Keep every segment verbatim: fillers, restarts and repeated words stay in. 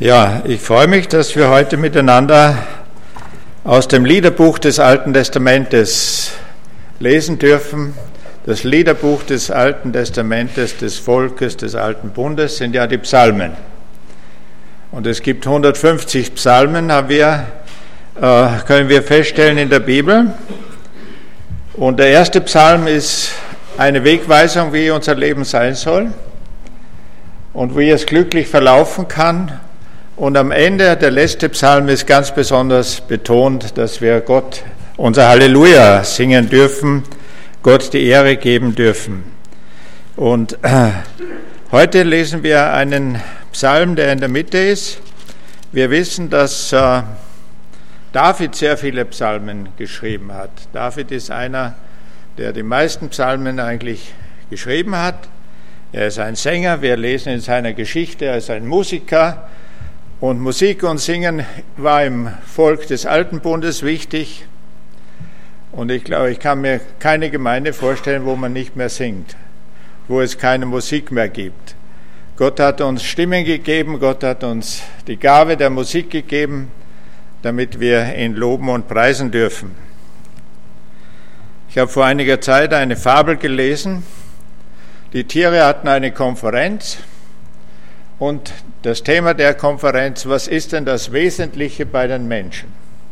Ja, ich freue mich, dass wir heute miteinander aus dem Liederbuch des Alten Testamentes lesen dürfen. Das Liederbuch des Alten Testamentes, des Volkes, des Alten Bundes sind ja die Psalmen. Und es gibt hundertfünfzig Psalmen, haben wir, äh, können wir feststellen in der Bibel. Und der erste Psalm ist eine Wegweisung, wie unser Leben sein soll und wie es glücklich verlaufen kann. Und am Ende, der letzte Psalm ist ganz besonders betont, dass wir Gott unser Halleluja singen dürfen, Gott die Ehre geben dürfen. Und äh, heute lesen wir einen Psalm, der in der Mitte ist. Wir wissen, dass äh, David sehr viele Psalmen geschrieben hat. David ist einer, der die meisten Psalmen eigentlich geschrieben hat. Er ist ein Sänger, wir lesen in seiner Geschichte, er ist ein Musiker. Und Musik und Singen war im Volk des Alten Bundes wichtig. Und ich glaube, ich kann mir keine Gemeinde vorstellen, wo man nicht mehr singt, wo es keine Musik mehr gibt. Gott hat uns Stimmen gegeben, Gott hat uns die Gabe der Musik gegeben, damit wir ihn loben und preisen dürfen. Ich habe vor einiger Zeit eine Fabel gelesen. Die Tiere hatten eine Konferenz. Und das Thema der Konferenz, was ist denn das Wesentliche bei den Menschen?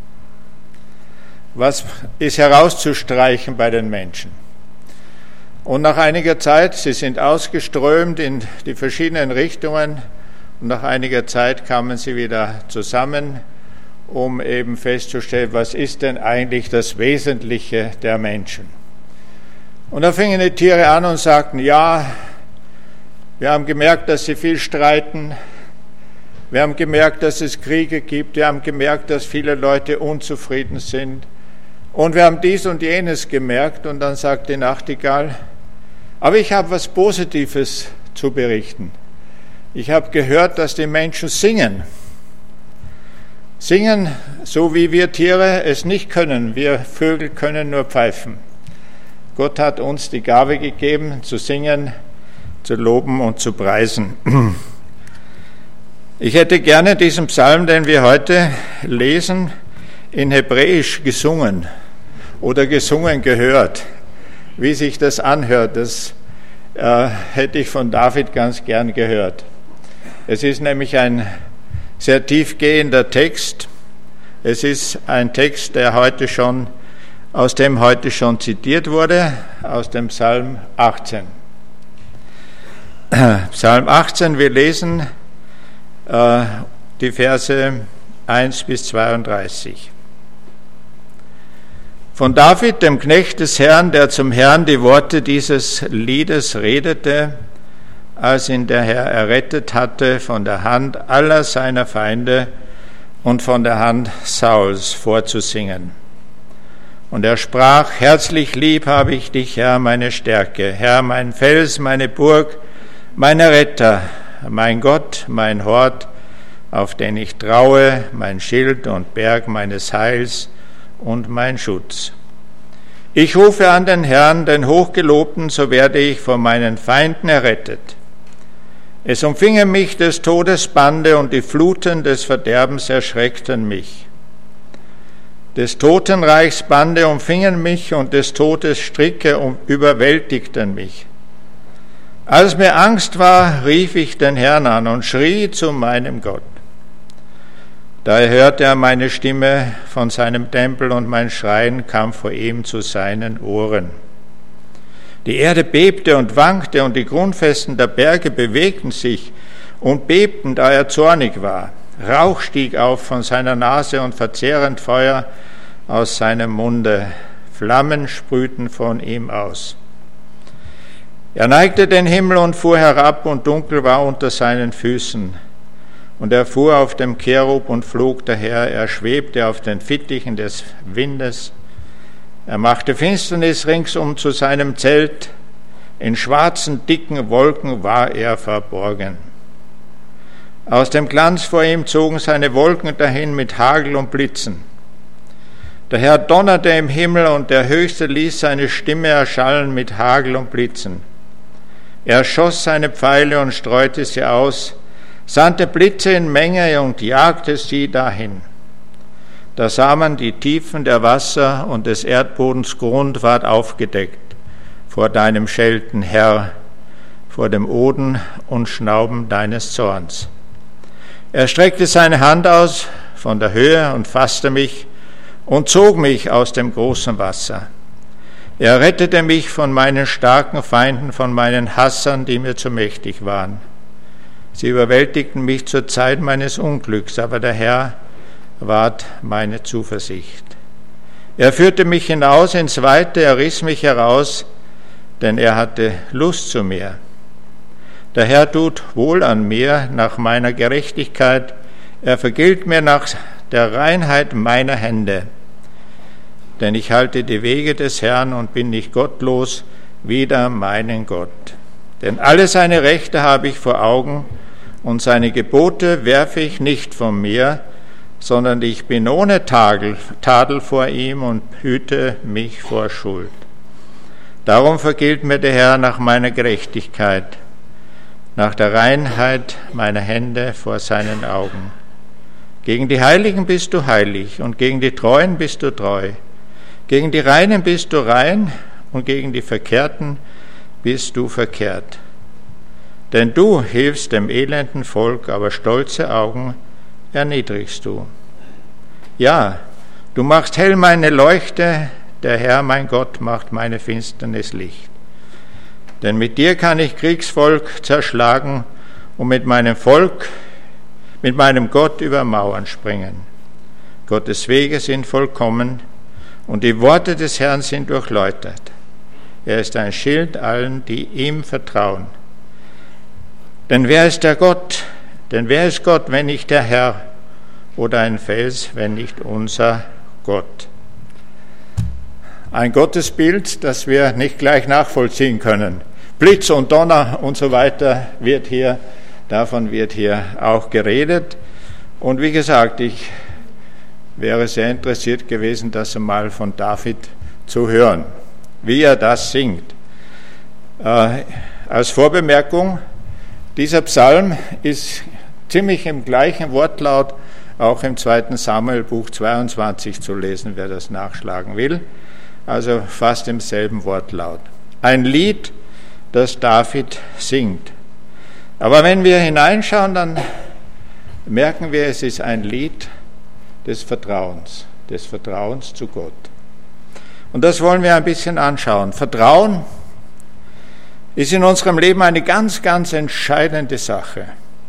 Was ist herauszustreichen bei den Menschen? Und nach einiger Zeit, sie sind ausgeströmt in die verschiedenen Richtungen, und nach einiger Zeit kamen sie wieder zusammen, um eben festzustellen, was ist denn eigentlich das Wesentliche der Menschen? Und da fingen die Tiere an und sagten, ja, wir haben gemerkt, dass sie viel streiten. Wir haben gemerkt, dass es Kriege gibt. Wir haben gemerkt, dass viele Leute unzufrieden sind. Und wir haben dies und jenes gemerkt. Und dann sagt die Nachtigall, aber ich habe was Positives zu berichten. Ich habe gehört, dass die Menschen singen. Singen, so wie wir Tiere es nicht können. Wir Vögel können nur pfeifen. Gott hat uns die Gabe gegeben, zu singen, zu loben und zu preisen. Ich hätte gerne diesen Psalm, den wir heute lesen, in Hebräisch gesungen oder gesungen gehört. Wie sich das anhört, das äh, hätte ich von David ganz gern gehört. Es ist nämlich ein sehr tiefgehender Text. Es ist ein Text, der heute schon, aus dem heute schon zitiert wurde, aus dem Psalm achtzehn. Psalm achtzehn, wir lesen äh, die Verse eins bis zweiunddreißig. Von David, dem Knecht des Herrn, der zum Herrn die Worte dieses Liedes redete, als ihn der Herr errettet hatte von der Hand aller seiner Feinde und von der Hand Sauls vorzusingen. Und er sprach, herzlich lieb habe ich dich, Herr, meine Stärke, Herr, mein Fels, meine Burg, mein Retter, mein Gott, mein Hort, auf den ich traue, mein Schild und Berg meines Heils und mein Schutz. Ich rufe an den Herrn, den Hochgelobten, so werde ich von meinen Feinden errettet. Es umfingen mich des Todes Bande und die Fluten des Verderbens erschreckten mich. Des Totenreichs Bande umfingen mich und des Todes Stricke überwältigten mich. Als mir Angst war, rief ich den Herrn an und schrie zu meinem Gott. Da hörte er meine Stimme von seinem Tempel und mein Schreien kam vor ihm zu seinen Ohren. Die Erde bebte und wankte und die Grundfesten der Berge bewegten sich und bebten, da er zornig war. Rauch stieg auf von seiner Nase und verzehrend Feuer aus seinem Munde. Flammen sprühten von ihm aus. Er neigte den Himmel und fuhr herab, und dunkel war unter seinen Füßen. Und er fuhr auf dem Cherub und flog daher, er schwebte auf den Fittichen des Windes. Er machte Finsternis ringsum zu seinem Zelt, in schwarzen, dicken Wolken war er verborgen. Aus dem Glanz vor ihm zogen seine Wolken dahin mit Hagel und Blitzen. Der Herr donnerte im Himmel, und der Höchste ließ seine Stimme erschallen mit Hagel und Blitzen. Er schoss seine Pfeile und streute sie aus, sandte Blitze in Menge und jagte sie dahin. Da sah man die Tiefen der Wasser und des Erdbodens Grund ward aufgedeckt vor deinem Schelten, Herr, vor dem Oden und Schnauben deines Zorns. Er streckte seine Hand aus von der Höhe und fasste mich und zog mich aus dem großen Wasser. Er rettete mich von meinen starken Feinden, von meinen Hassern, die mir zu mächtig waren. Sie überwältigten mich zur Zeit meines Unglücks, aber der Herr ward meine Zuversicht. Er führte mich hinaus ins Weite, er riss mich heraus, denn er hatte Lust zu mir. Der Herr tut wohl an mir nach meiner Gerechtigkeit, er vergilt mir nach der Reinheit meiner Hände. Denn ich halte die Wege des Herrn und bin nicht gottlos, wider meinen Gott. Denn alle seine Rechte habe ich vor Augen und seine Gebote werfe ich nicht von mir, sondern ich bin ohne Tadel, Tadel vor ihm und hüte mich vor Schuld. Darum vergilt mir der Herr nach meiner Gerechtigkeit, nach der Reinheit meiner Hände vor seinen Augen. Gegen die Heiligen bist du heilig und gegen die Treuen bist du treu. Gegen die Reinen bist du rein und gegen die Verkehrten bist du verkehrt. Denn du hilfst dem elenden Volk, aber stolze Augen erniedrigst du. Ja, du machst hell meine Leuchte, der Herr, mein Gott, macht meine Finsternis Licht. Denn mit dir kann ich Kriegsvolk zerschlagen und mit meinem Volk, mit meinem Gott über Mauern springen. Gottes Wege sind vollkommen und die Worte des Herrn sind durchläutert. Er ist ein Schild allen, die ihm vertrauen. Denn wer ist der Gott? Denn wer ist Gott, wenn nicht der Herr? Oder ein Fels, wenn nicht unser Gott? Ein Gottesbild, das wir nicht gleich nachvollziehen können. Blitz und Donner und so weiter wird hier, davon wird hier auch geredet. Und wie gesagt, ich wäre sehr interessiert gewesen, das einmal von David zu hören, wie er das singt. Äh, als Vorbemerkung, dieser Psalm ist ziemlich im gleichen Wortlaut auch im zweiten Samuel-Buch zweiundzwanzig zu lesen, wer das nachschlagen will. Also fast im selben Wortlaut. Ein Lied, das David singt. Aber wenn wir hineinschauen, dann merken wir, es ist ein Lied des Vertrauens, des Vertrauens zu Gott. Und das wollen wir ein bisschen anschauen. Vertrauen ist in unserem Leben eine ganz, ganz entscheidende Sache.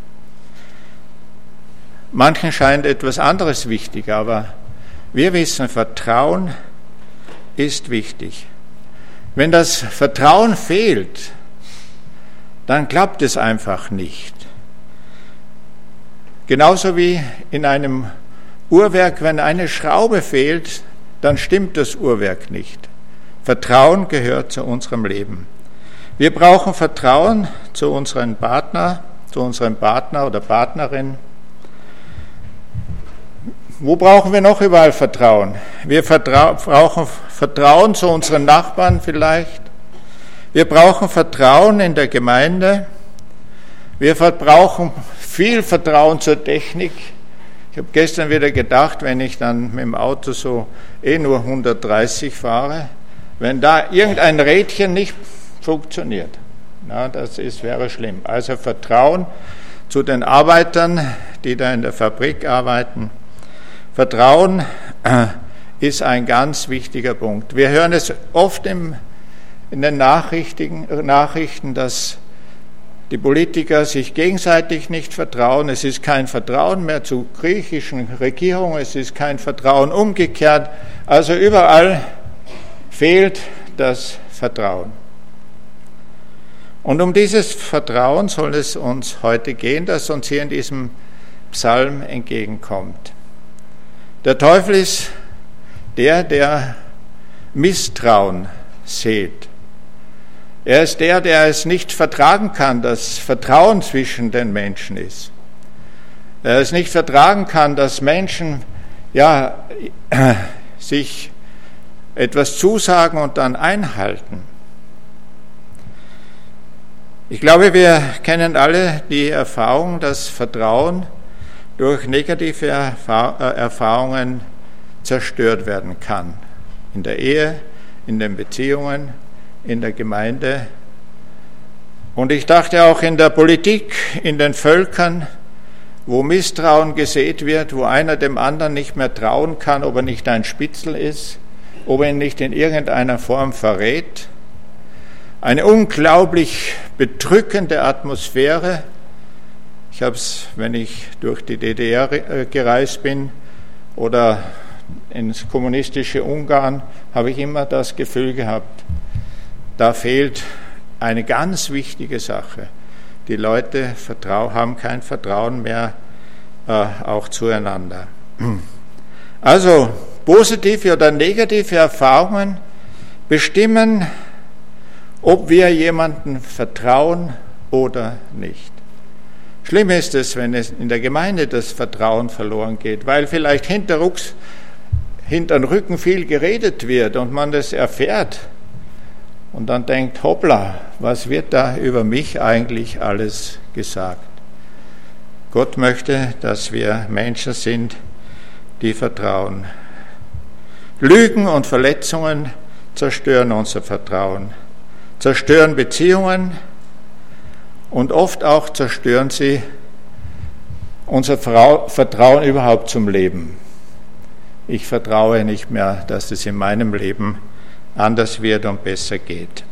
Manchen scheint etwas anderes wichtig, aber wir wissen, Vertrauen ist wichtig. Wenn das Vertrauen fehlt, dann klappt es einfach nicht. Genauso wie in einem Uhrwerk, wenn eine Schraube fehlt, dann stimmt das Uhrwerk nicht. Vertrauen gehört zu unserem Leben. Wir brauchen Vertrauen zu unserem Partner, zu unserem Partner oder Partnerin. Wo brauchen wir noch überall Vertrauen? Wir vertrau- brauchen Vertrauen zu unseren Nachbarn vielleicht. Wir brauchen Vertrauen in der Gemeinde. Wir brauchen viel Vertrauen zur Technik. Ich habe gestern wieder gedacht, wenn ich dann mit dem Auto so eh nur hundertdreißig fahre, wenn da irgendein Rädchen nicht funktioniert, na, das ist, wäre schlimm. Also Vertrauen zu den Arbeitern, die da in der Fabrik arbeiten. Vertrauen ist ein ganz wichtiger Punkt. Wir hören es oft im, in den Nachrichten, Nachrichten, dass die Politiker sich gegenseitig nicht vertrauen. Es ist kein Vertrauen mehr zur griechischen Regierung, es ist kein Vertrauen umgekehrt. Also überall fehlt das Vertrauen. Und um dieses Vertrauen soll es uns heute gehen, das uns hier in diesem Psalm entgegenkommt. Der Teufel ist der, der Misstrauen sät. Er ist der, der es nicht vertragen kann, dass Vertrauen zwischen den Menschen ist. Er es nicht vertragen kann, dass Menschen ja, sich etwas zusagen und dann einhalten. Ich glaube, wir kennen alle die Erfahrung, dass Vertrauen durch negative Erfahrungen zerstört werden kann. In der Ehe, in den Beziehungen, in der Gemeinde. Und ich dachte auch in der Politik, in den Völkern, wo Misstrauen gesät wird, wo einer dem anderen nicht mehr trauen kann, ob er nicht ein Spitzel ist, ob er ihn nicht in irgendeiner Form verrät. Eine unglaublich bedrückende Atmosphäre. Ich habe es, wenn ich durch die D D R gereist bin oder ins kommunistische Ungarn, habe ich immer das Gefühl gehabt, da fehlt eine ganz wichtige Sache. Die Leute haben kein Vertrauen mehr äh, auch zueinander. Also positive oder negative Erfahrungen bestimmen, ob wir jemandem vertrauen oder nicht. Schlimm ist es, wenn es in der Gemeinde das Vertrauen verloren geht, weil vielleicht hinterrucks, hinter den Rücken viel geredet wird und man das erfährt und dann denkt, hoppla, was wird da über mich eigentlich alles gesagt? Gott möchte, dass wir Menschen sind, die vertrauen. Lügen und Verletzungen zerstören unser Vertrauen, zerstören Beziehungen und oft auch zerstören sie unser Vertrauen überhaupt zum Leben. Ich vertraue nicht mehr, dass es in meinem Leben anders wird und besser geht.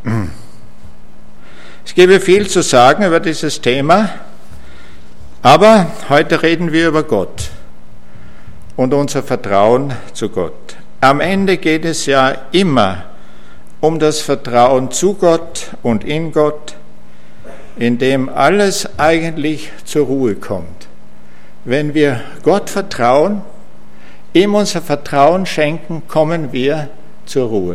Es gäbe viel zu sagen über dieses Thema, aber heute reden wir über Gott und unser Vertrauen zu Gott. Am Ende geht es ja immer um das Vertrauen zu Gott und in Gott, in dem alles eigentlich zur Ruhe kommt. Wenn wir Gott vertrauen, ihm unser Vertrauen schenken, kommen wir zur Ruhe.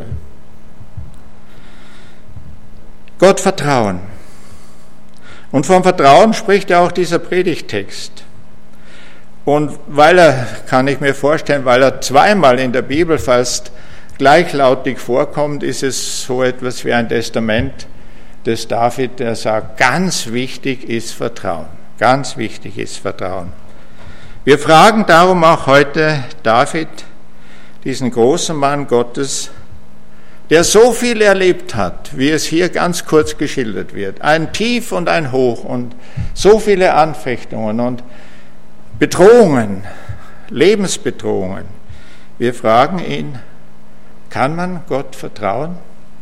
Gott vertrauen. Und vom Vertrauen spricht ja auch dieser Predigttext. Und weil er, kann ich mir vorstellen, weil er zweimal in der Bibel fast gleichlautig vorkommt, ist es so etwas wie ein Testament des David, der sagt, ganz wichtig ist Vertrauen. Ganz wichtig ist Vertrauen. Wir fragen darum auch heute David, diesen großen Mann Gottes, der so viel erlebt hat, wie es hier ganz kurz geschildert wird. Ein Tief und ein Hoch und so viele Anfechtungen und Bedrohungen, Lebensbedrohungen. Wir fragen ihn, kann man Gott vertrauen?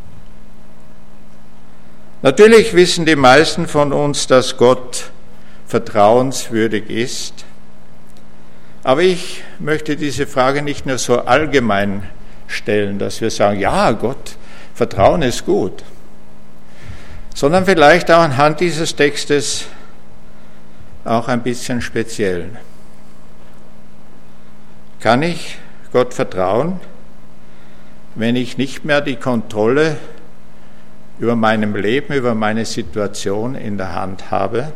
Natürlich wissen die meisten von uns, dass Gott vertrauenswürdig ist. Aber ich möchte diese Frage nicht nur so allgemein stellen, dass wir sagen, ja, Gott, Vertrauen ist gut, sondern vielleicht auch anhand dieses Textes auch ein bisschen speziell. Kann ich Gott vertrauen, wenn ich nicht mehr die Kontrolle über meinem Leben, über meine Situation in der Hand habe?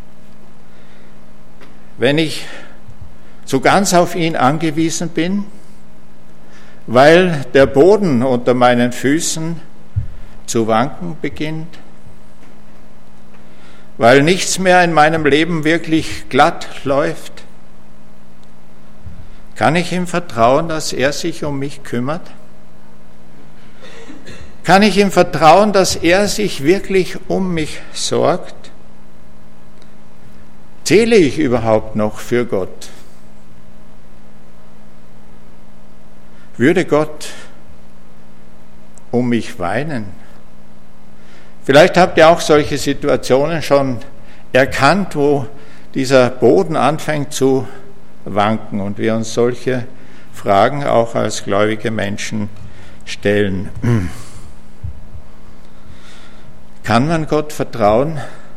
Wenn ich so ganz auf ihn angewiesen bin, weil der Boden unter meinen Füßen zu wanken beginnt, weil nichts mehr in meinem Leben wirklich glatt läuft, kann ich ihm vertrauen, dass er sich um mich kümmert? Kann ich ihm vertrauen, dass er sich wirklich um mich sorgt? Zähle ich überhaupt noch für Gott? Würde Gott um mich weinen? Vielleicht habt ihr auch solche Situationen schon erkannt, wo dieser Boden anfängt zu wanken und wir uns solche Fragen auch als gläubige Menschen stellen. Kann man Gott vertrauen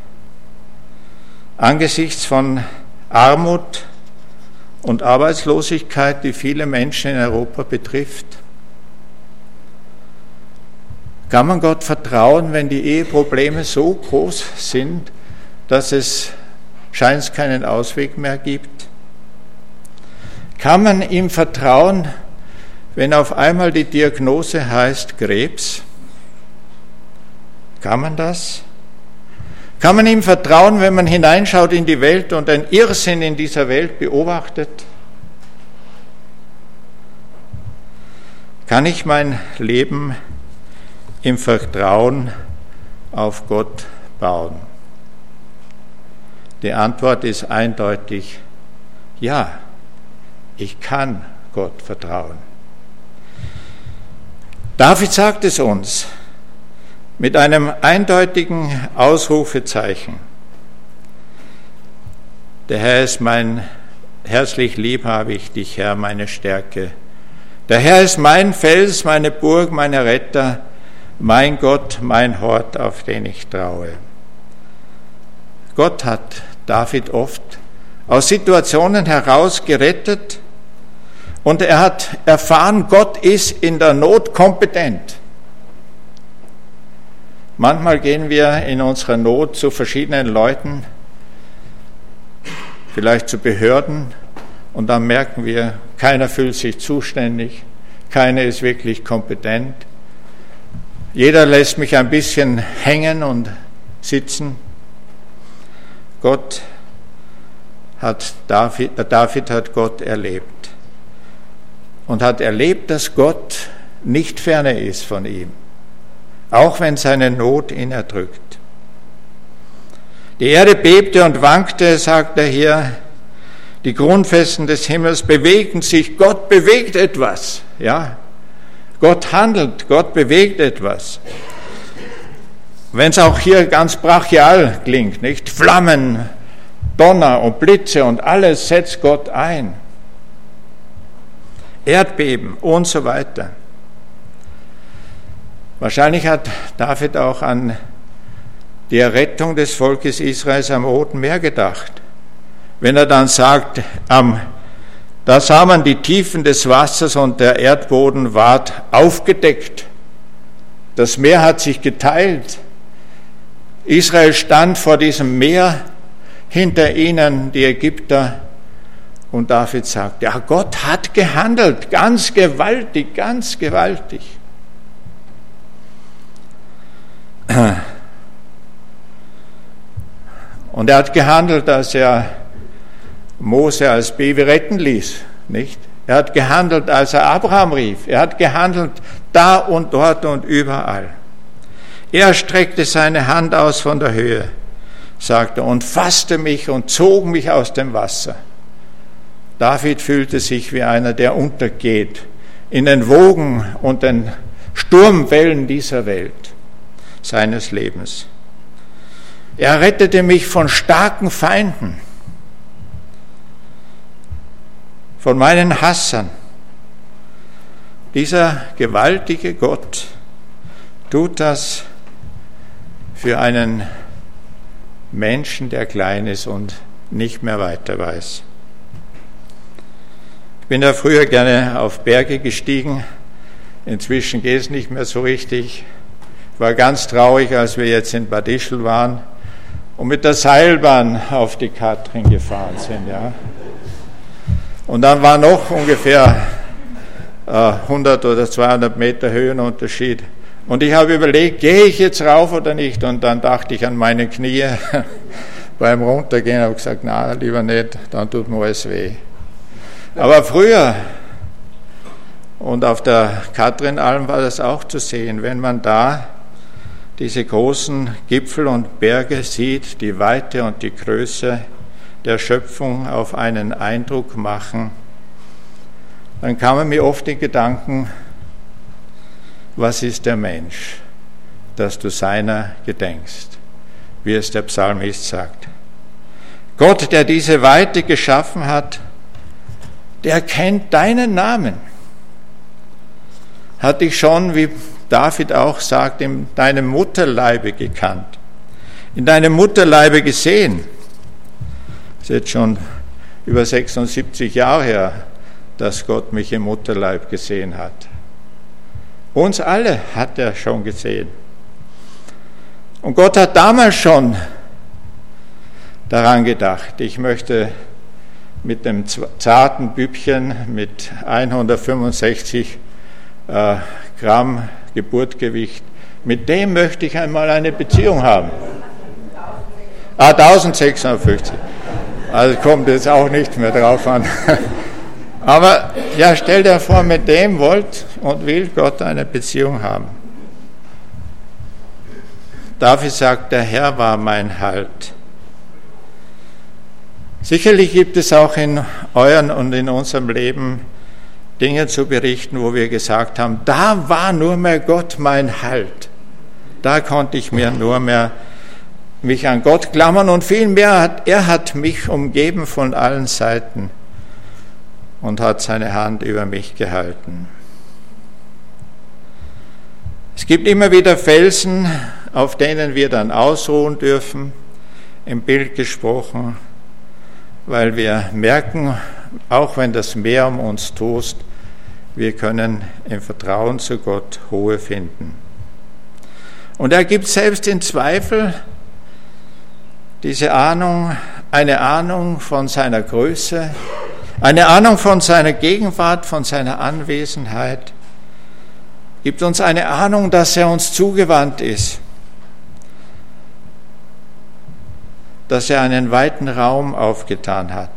angesichts von Armut und Arbeitslosigkeit, die viele Menschen in Europa betrifft? Kann man Gott vertrauen, wenn die Eheprobleme so groß sind, dass es scheint keinen Ausweg mehr gibt? Kann man ihm vertrauen, wenn auf einmal die Diagnose heißt Krebs? Kann man das? Kann man ihm vertrauen, wenn man hineinschaut in die Welt und den Irrsinn in dieser Welt beobachtet? Kann ich mein Leben im Vertrauen auf Gott bauen? Die Antwort ist eindeutig ja, ich kann Gott vertrauen. David sagt es uns mit einem eindeutigen Ausrufezeichen. Der Herr ist mein, herzlich lieb habe ich dich, Herr, meine Stärke. Der Herr ist mein Fels, meine Burg, mein Retter, mein Gott, mein Hort, auf den ich traue. Gott hat David oft aus Situationen heraus gerettet und er hat erfahren, Gott ist in der Not kompetent. Manchmal gehen wir in unserer Not zu verschiedenen Leuten, vielleicht zu Behörden, und dann merken wir, keiner fühlt sich zuständig, keiner ist wirklich kompetent. Jeder lässt mich ein bisschen hängen und sitzen. Gott hat David, David hat Gott erlebt und hat erlebt, dass Gott nicht ferne ist von ihm, auch wenn seine Not ihn erdrückt. Die Erde bebte und wankte, sagt er hier, die Grundfesten des Himmels bewegten sich, Gott bewegt etwas, ja, Gott handelt, Gott bewegt etwas. Wenn es auch hier ganz brachial klingt, nicht? Flammen, Donner und Blitze und alles setzt Gott ein. Erdbeben und so weiter. Wahrscheinlich hat David auch an die Errettung des Volkes Israels am Roten Meer gedacht. Wenn er dann sagt, am, da sah man die Tiefen des Wassers und der Erdboden ward aufgedeckt. Das Meer hat sich geteilt. Israel stand vor diesem Meer, hinter ihnen die Ägypter. Und David sagt, ja, Gott hat gehandelt, ganz gewaltig, ganz gewaltig. Und er hat gehandelt, als er Mose als Baby retten ließ, nicht? Er hat gehandelt, als er Abraham rief. Er hat gehandelt da und dort und überall. Er streckte seine Hand aus von der Höhe, sagt er, und fasste mich und zog mich aus dem Wasser. David fühlte sich wie einer, der untergeht in den Wogen und den Sturmwellen dieser Welt, seines Lebens. Er rettete mich von starken Feinden, von meinen Hassern. Dieser gewaltige Gott tut das für einen Menschen, der klein ist und nicht mehr weiter weiß. Ich bin ja früher gerne auf Berge gestiegen, inzwischen geht es nicht mehr so richtig. Ich war ganz traurig, als wir jetzt in Bad Ischl waren und mit der Seilbahn auf die Katrin gefahren sind. Ja. Und dann war noch ungefähr äh, hundert oder zweihundert Meter Höhenunterschied. Und ich habe überlegt, gehe ich jetzt rauf oder nicht? Und dann dachte ich an meine Knie beim Runtergehen, habe gesagt, na, lieber nicht, dann tut mir alles weh. Aber früher, und auf der Katrinalm war das auch zu sehen, wenn man da diese großen Gipfel und Berge sieht, die Weite und die Größe der Schöpfung auf einen Eindruck machen, dann kamen mir oft die Gedanken, was ist der Mensch, dass du seiner gedenkst, wie es der Psalmist sagt. Gott, der diese Weite geschaffen hat, der kennt deinen Namen, hat dich schon, wie David auch sagt, in deinem Mutterleibe gekannt, in deinem Mutterleibe gesehen. Das ist jetzt schon über sechsundsiebzig Jahre her, dass Gott mich im Mutterleib gesehen hat. Uns alle hat er schon gesehen. Und Gott hat damals schon daran gedacht, ich möchte mit dem zarten Bübchen mit hundertfünfundsechzig äh, Gramm Geburtsgewicht, mit dem möchte ich einmal eine Beziehung haben. Ah, eintausendsechshundertfünfzig. Also kommt jetzt auch nicht mehr drauf an. Aber ja, stell dir vor, mit dem wollt und will Gott eine Beziehung haben. David sagt, der Herr war mein Halt. Sicherlich gibt es auch in euren und in unserem Leben Dinge zu berichten, wo wir gesagt haben, da war nur mehr Gott mein Halt. Da konnte ich mir nur mehr mich an Gott klammern und vielmehr hat er hat mich umgeben von allen Seiten und hat seine Hand über mich gehalten. Es gibt immer wieder Felsen, auf denen wir dann ausruhen dürfen, im Bild gesprochen, weil wir merken, auch wenn das Meer um uns tost, wir können im Vertrauen zu Gott Ruhe finden. Und er gibt selbst in Zweifel diese Ahnung, eine Ahnung von seiner Größe, eine Ahnung von seiner Gegenwart, von seiner Anwesenheit, gibt uns eine Ahnung, dass er uns zugewandt ist, dass er einen weiten Raum aufgetan hat.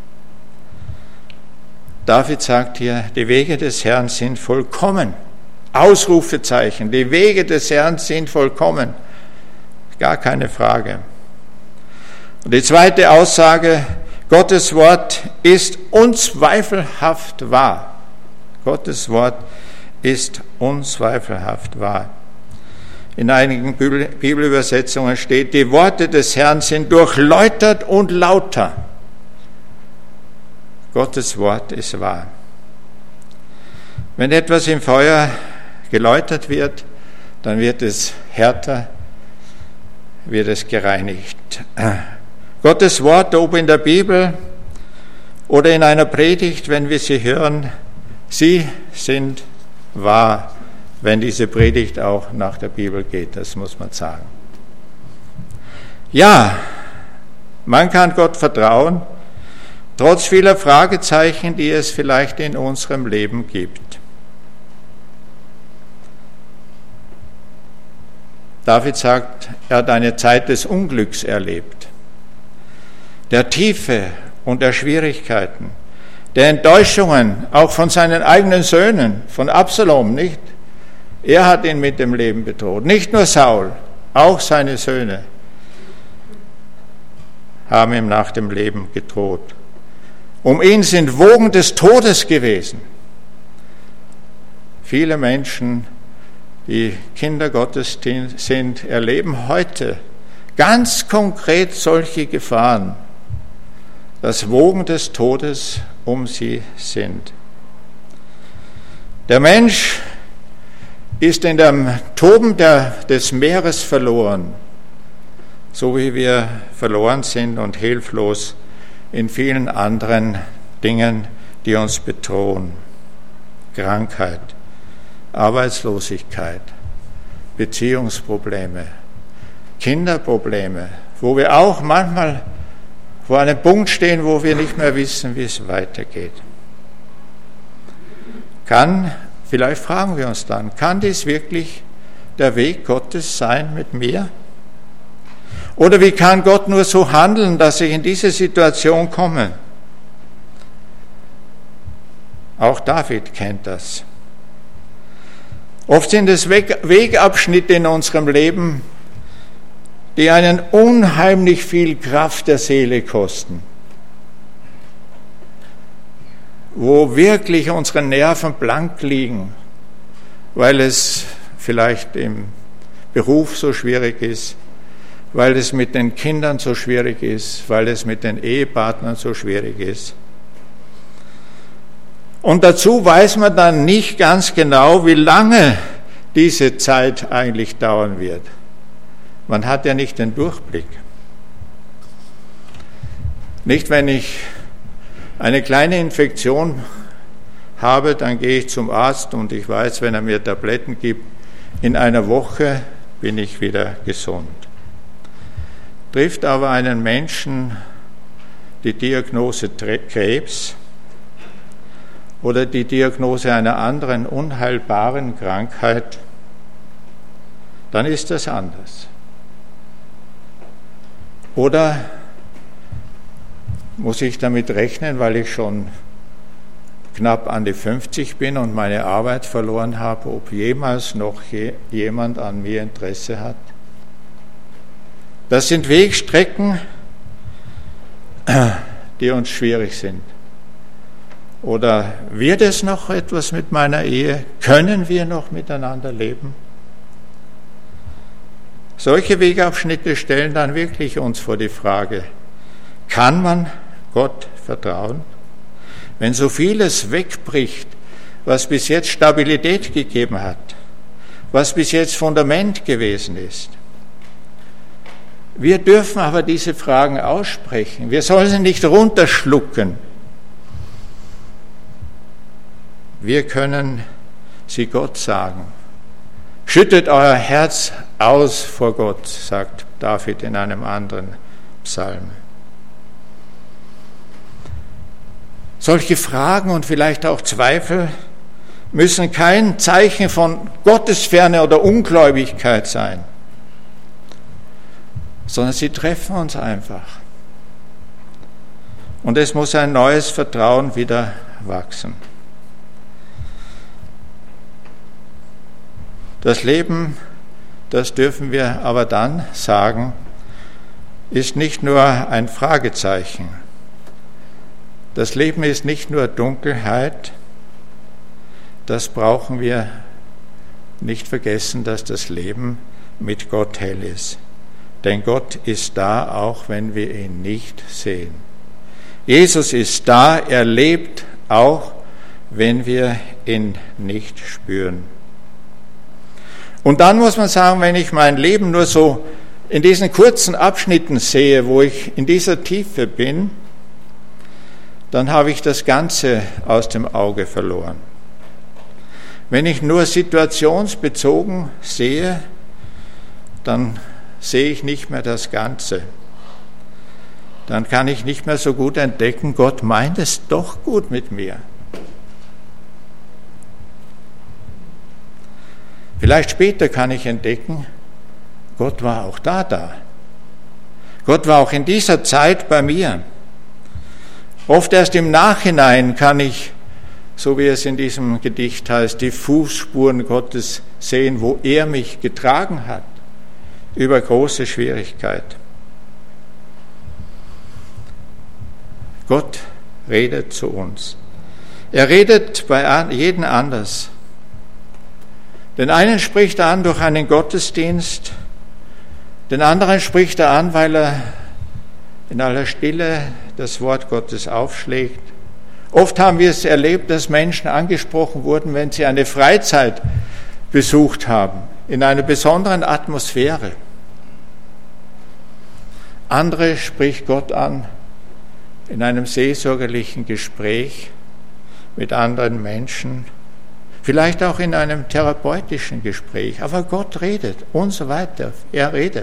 David sagt hier, die Wege des Herrn sind vollkommen. Ausrufezeichen, die Wege des Herrn sind vollkommen. Gar keine Frage. Und die zweite Aussage, Gottes Wort ist unzweifelhaft wahr. Gottes Wort ist unzweifelhaft wahr. In einigen Bibelübersetzungen steht, die Worte des Herrn sind durchläutert und lauter. Gottes Wort ist wahr. Wenn etwas im Feuer geläutert wird, dann wird es härter, wird es gereinigt. Gottes Wort, ob in der Bibel oder in einer Predigt, wenn wir sie hören, sie sind wahr, wenn diese Predigt auch nach der Bibel geht, das muss man sagen. Ja, man kann Gott vertrauen, trotz vieler Fragezeichen, die es vielleicht in unserem Leben gibt. David sagt, er hat eine Zeit des Unglücks erlebt, der Tiefe und der Schwierigkeiten, der Enttäuschungen, auch von seinen eigenen Söhnen, von Absalom, nicht? Er hat ihn mit dem Leben bedroht. Nicht nur Saul, auch seine Söhne haben ihm nach dem Leben gedroht. Um ihn sind Wogen des Todes gewesen. Viele Menschen, die Kinder Gottes sind, erleben heute ganz konkret solche Gefahren, dass Wogen des Todes um sie sind. Der Mensch ist in dem Toben der, des Meeres verloren, so wie wir verloren sind und hilflos in vielen anderen Dingen, die uns bedrohen. Krankheit, Arbeitslosigkeit, Beziehungsprobleme, Kinderprobleme, wo wir auch manchmal vor einem Punkt stehen, wo wir nicht mehr wissen, wie es weitergeht. Kann, vielleicht fragen wir uns dann, kann dies wirklich der Weg Gottes sein mit mir? Oder wie kann Gott nur so handeln, dass ich in diese Situation komme? Auch David kennt das. Oft sind es Wegabschnitte in unserem Leben, die einen unheimlich viel Kraft der Seele kosten, wo wirklich unsere Nerven blank liegen, weil es vielleicht im Beruf so schwierig ist, weil es mit den Kindern so schwierig ist, weil es mit den Ehepartnern so schwierig ist. Und dazu weiß man dann nicht ganz genau, wie lange diese Zeit eigentlich dauern wird. Man hat ja nicht den Durchblick. Nicht, wenn ich eine kleine Infektion habe, dann gehe ich zum Arzt und ich weiß, wenn er mir Tabletten gibt, in einer Woche bin ich wieder gesund. Trifft aber einen Menschen die Diagnose Krebs oder die Diagnose einer anderen unheilbaren Krankheit, dann ist das anders. Oder muss ich damit rechnen, weil ich schon knapp an die fünfzig bin und meine Arbeit verloren habe, ob jemals noch je, jemand an mir Interesse hat? Das sind Wegstrecken, die uns schwierig sind. Oder wird es noch etwas mit meiner Ehe? Können wir noch miteinander leben? Solche Wegabschnitte stellen dann wirklich uns vor die Frage, kann man Gott vertrauen? Wenn so vieles wegbricht, was bis jetzt Stabilität gegeben hat, was bis jetzt Fundament gewesen ist. Wir dürfen aber diese Fragen aussprechen. Wir sollen sie nicht runterschlucken. Wir können sie Gott sagen. Schüttet euer Herz aus vor Gott, sagt David in einem anderen Psalm. Solche Fragen und vielleicht auch Zweifel müssen kein Zeichen von Gottesferne oder Ungläubigkeit sein, sondern sie treffen uns einfach. Und es muss ein neues Vertrauen wieder wachsen. Das Leben, das dürfen wir aber dann sagen, ist nicht nur ein Fragezeichen. Das Leben ist nicht nur Dunkelheit, das brauchen wir nicht vergessen, dass das Leben mit Gott hell ist. Denn Gott ist da, auch wenn wir ihn nicht sehen. Jesus ist da, er lebt, auch wenn wir ihn nicht spüren. Und dann muss man sagen, wenn ich mein Leben nur so in diesen kurzen Abschnitten sehe, wo ich in dieser Tiefe bin, dann habe ich das Ganze aus dem Auge verloren. Wenn ich nur situationsbezogen sehe, dann sehe ich nicht mehr das Ganze. Dann kann ich nicht mehr so gut entdecken, Gott meint es doch gut mit mir. Vielleicht später kann ich entdecken, Gott war auch da da. Gott war auch in dieser Zeit bei mir. Oft erst im Nachhinein kann ich, so wie es in diesem Gedicht heißt, die Fußspuren Gottes sehen, wo er mich getragen hat, über große Schwierigkeit. Gott redet zu uns. Er redet bei jedem anders. Den einen spricht er an durch einen Gottesdienst, den anderen spricht er an, weil er in aller Stille das Wort Gottes aufschlägt. Oft haben wir es erlebt, dass Menschen angesprochen wurden, wenn sie eine Freizeit besucht haben, in einer besonderen Atmosphäre. Andere spricht Gott an in einem seelsorgerlichen Gespräch mit anderen Menschen, vielleicht auch in einem therapeutischen Gespräch. Aber Gott redet und so weiter. Er redet.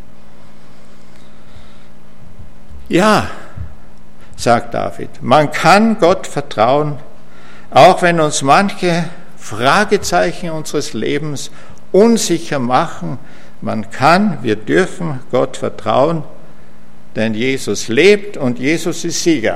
Ja, sagt David, man kann Gott vertrauen, auch wenn uns manche Fragezeichen unseres Lebens unsicher machen. Man kann, wir dürfen Gott vertrauen, denn Jesus lebt und Jesus ist Sieger.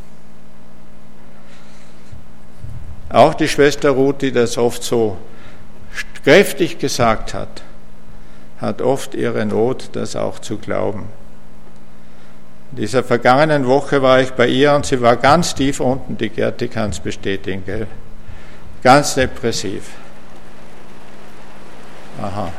Auch die Schwester Ruth, die das oft so kräftig gesagt hat, hat oft ihre Not, das auch zu glauben. In dieser vergangenen Woche war ich bei ihr und sie war ganz tief unten, die Gerti kann es bestätigen, gell? Ganz depressiv. Aha.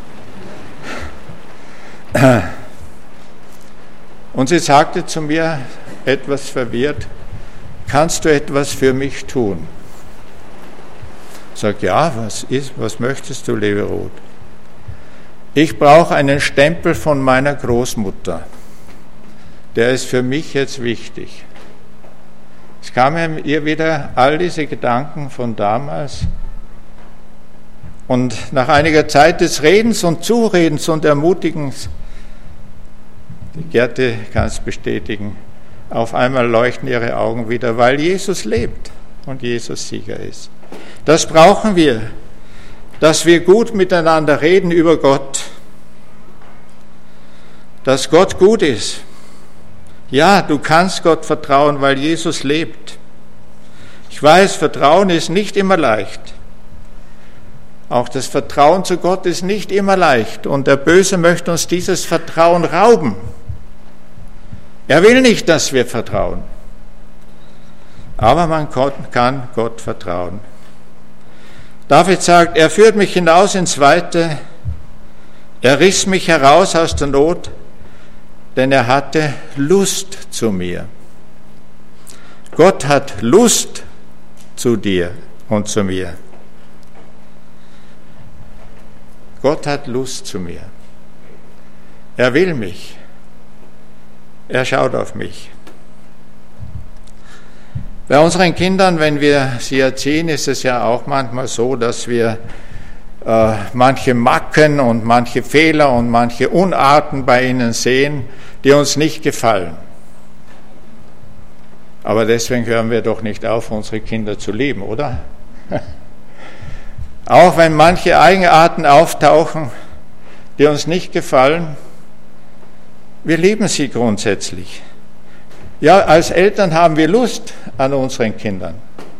Und sie sagte zu mir, etwas verwirrt, kannst du etwas für mich tun? Ich sage, ja, was ist, was möchtest du, liebe Ruth? Ich brauche einen Stempel von meiner Großmutter. Der ist für mich jetzt wichtig. Es kamen ihr wieder all diese Gedanken von damals. Und nach einiger Zeit des Redens und Zuredens und Ermutigens, die Gerti kann es bestätigen, auf einmal leuchten ihre Augen wieder, weil Jesus lebt und Jesus Sieger ist. Das brauchen wir, dass wir gut miteinander reden über Gott, dass Gott gut ist. Ja, du kannst Gott vertrauen, weil Jesus lebt. Ich weiß, Vertrauen ist nicht immer leicht. Auch das Vertrauen zu Gott ist nicht immer leicht. Und der Böse möchte uns dieses Vertrauen rauben. Er will nicht, dass wir vertrauen. Aber man kann Gott vertrauen. David sagt, er führt mich hinaus ins Weite, er riss mich heraus aus der Not, denn er hatte Lust zu mir. Gott hat Lust zu dir und zu mir. Gott hat Lust zu mir. Er will mich. Er schaut auf mich. Bei unseren Kindern, wenn wir sie erziehen, ist es ja auch manchmal so, dass wir äh, manche Macken und manche Fehler und manche Unarten bei ihnen sehen, die uns nicht gefallen. Aber deswegen hören wir doch nicht auf, unsere Kinder zu lieben, oder? Auch wenn manche Eigenarten auftauchen, die uns nicht gefallen, wir lieben sie grundsätzlich. Ja, als Eltern haben wir Lust an unseren Kindern.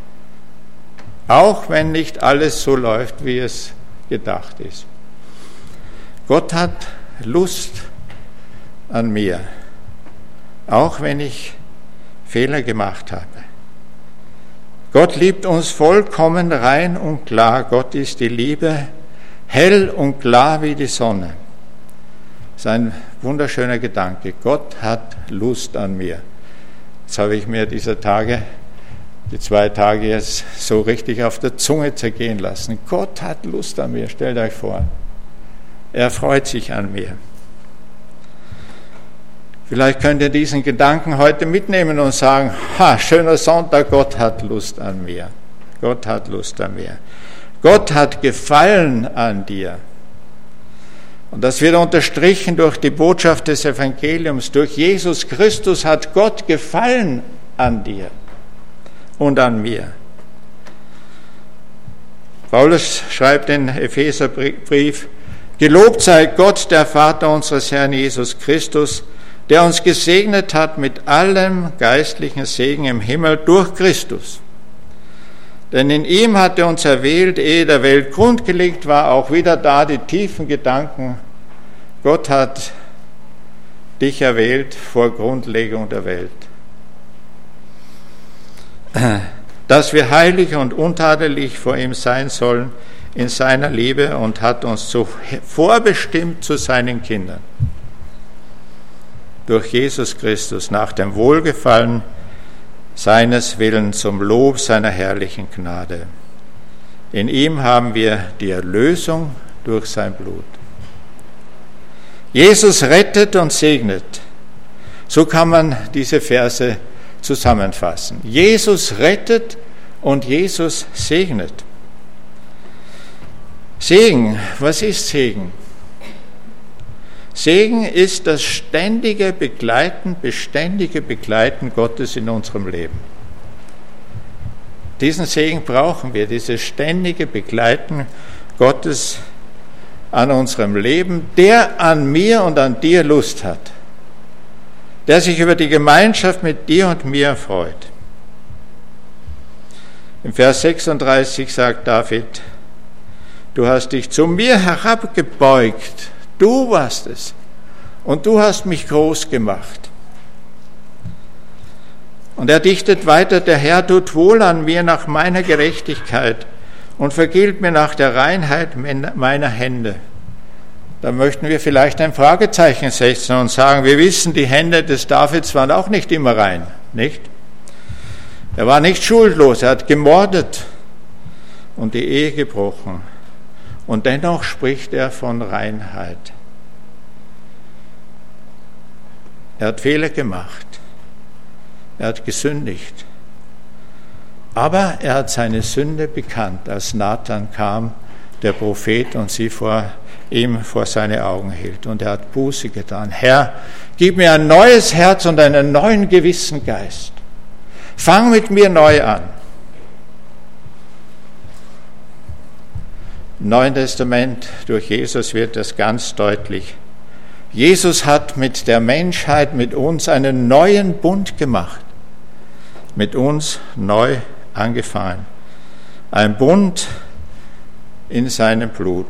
Auch wenn nicht alles so läuft, wie es gedacht ist. Gott hat Lust an mir, auch wenn ich Fehler gemacht habe. Gott liebt uns vollkommen rein und klar. Gott ist die Liebe, hell und klar wie die Sonne. Das ist ein wunderschöner Gedanke. Gott hat Lust an mir. Jetzt habe ich mir diese Tage, die zwei Tage jetzt so richtig auf der Zunge zergehen lassen. Gott hat Lust an mir, stellt euch vor. Er freut sich an mir. Vielleicht könnt ihr diesen Gedanken heute mitnehmen und sagen, ha, schöner Sonntag, Gott hat Lust an mir. Gott hat Lust an mir. Gott hat Gefallen an dir. Und das wird unterstrichen durch die Botschaft des Evangeliums. Durch Jesus Christus hat Gott Gefallen an dir und an mir. Paulus schreibt in Epheserbrief, gelobt sei Gott, der Vater unseres Herrn Jesus Christus, der uns gesegnet hat mit allem geistlichen Segen im Himmel durch Christus. Denn in ihm hat er uns erwählt, ehe der Welt Grund gelegt war, auch wieder da die tiefen Gedanken. Gott hat dich erwählt vor Grundlegung der Welt. Dass wir heilig und untadelig vor ihm sein sollen in seiner Liebe und hat uns so vorbestimmt zu seinen Kindern. Durch Jesus Christus nach dem Wohlgefallen seines Willens zum Lob seiner herrlichen Gnade. In ihm haben wir die Erlösung durch sein Blut. Jesus rettet und segnet. So kann man diese Verse zusammenfassen. Jesus rettet und Jesus segnet. Segen, was ist Segen? Segen ist das ständige Begleiten, beständige Begleiten Gottes in unserem Leben. Diesen Segen brauchen wir, dieses ständige Begleiten Gottes an unserem Leben, der an mir und an dir Lust hat, der sich über die Gemeinschaft mit dir und mir freut. Im Vers sechsunddreißig sagt David, du hast dich zu mir herabgebeugt, du warst es und du hast mich groß gemacht. Und er dichtet weiter, der Herr tut wohl an mir nach meiner Gerechtigkeit und vergilt mir nach der Reinheit meiner Hände. Da möchten wir vielleicht ein Fragezeichen setzen und sagen, wir wissen, die Hände des Davids waren auch nicht immer rein, nicht? Er war nicht schuldlos, er hat gemordet und die Ehe gebrochen. Und dennoch spricht er von Reinheit. Er hat Fehler gemacht. Er hat gesündigt. Aber er hat seine Sünde bekannt, als Nathan kam, der Prophet, und sie vor ihm vor seine Augen hielt. Und er hat Buße getan. Herr, gib mir ein neues Herz und einen neuen Gewissengeist. Fang mit mir neu an. Im Neuen Testament durch Jesus wird das ganz deutlich. Jesus hat mit der Menschheit, mit uns einen neuen Bund gemacht, mit uns neu angefangen. Ein Bund in seinem Blut.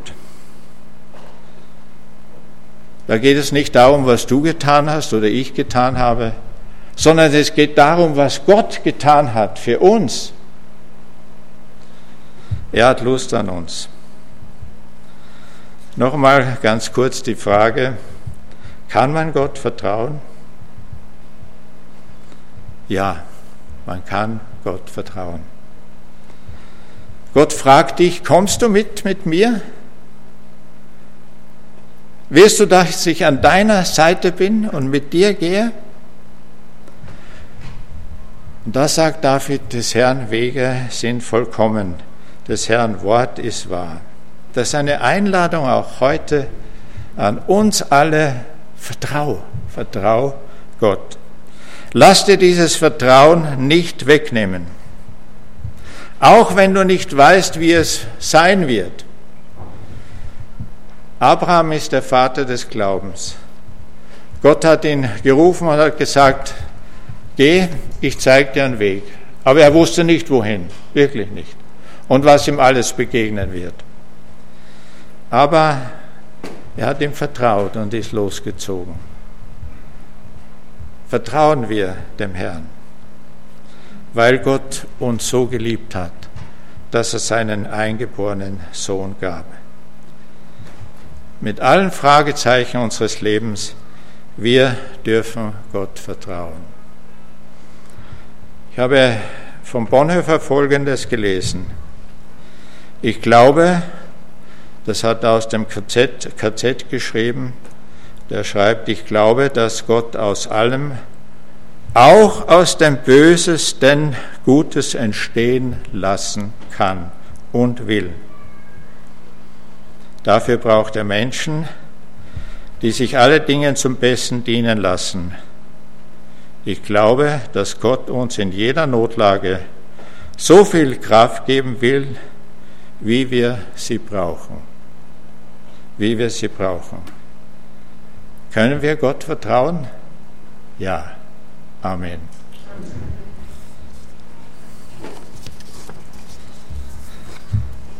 Da geht es nicht darum, was du getan hast oder ich getan habe, sondern es geht darum, was Gott getan hat für uns. Er hat Lust an uns. Nochmal ganz kurz die Frage, kann man Gott vertrauen? Ja, man kann Gott vertrauen. Gott fragt dich, kommst du mit mit mir? Willst du, dass ich an deiner Seite bin und mit dir gehe? Und da sagt David, des Herrn Wege sind vollkommen, des Herrn Wort ist wahr. Das ist eine Einladung auch heute an uns alle, vertrau, vertrau Gott. Lass dir dieses Vertrauen nicht wegnehmen. Auch wenn du nicht weißt, wie es sein wird. Abraham ist der Vater des Glaubens. Gott hat ihn gerufen und hat gesagt, geh, ich zeige dir einen Weg. Aber er wusste nicht, wohin, wirklich nicht. Und was ihm alles begegnen wird. Aber er hat ihm vertraut und ist losgezogen. Vertrauen wir dem Herrn, weil Gott uns so geliebt hat, dass er seinen eingeborenen Sohn gab. Mit allen Fragezeichen unseres Lebens, wir dürfen Gott vertrauen. Ich habe von Bonhoeffer Folgendes gelesen. Ich glaube, das hat er aus dem K Z, K Z geschrieben, der schreibt, ich glaube, dass Gott aus allem, auch aus dem Bösesten, Gutes entstehen lassen kann und will. Dafür braucht er Menschen, die sich alle Dinge zum Besten dienen lassen. Ich glaube, dass Gott uns in jeder Notlage so viel Kraft geben will, wie wir sie brauchen. Wie wir sie brauchen. Können wir Gott vertrauen? Ja. Amen.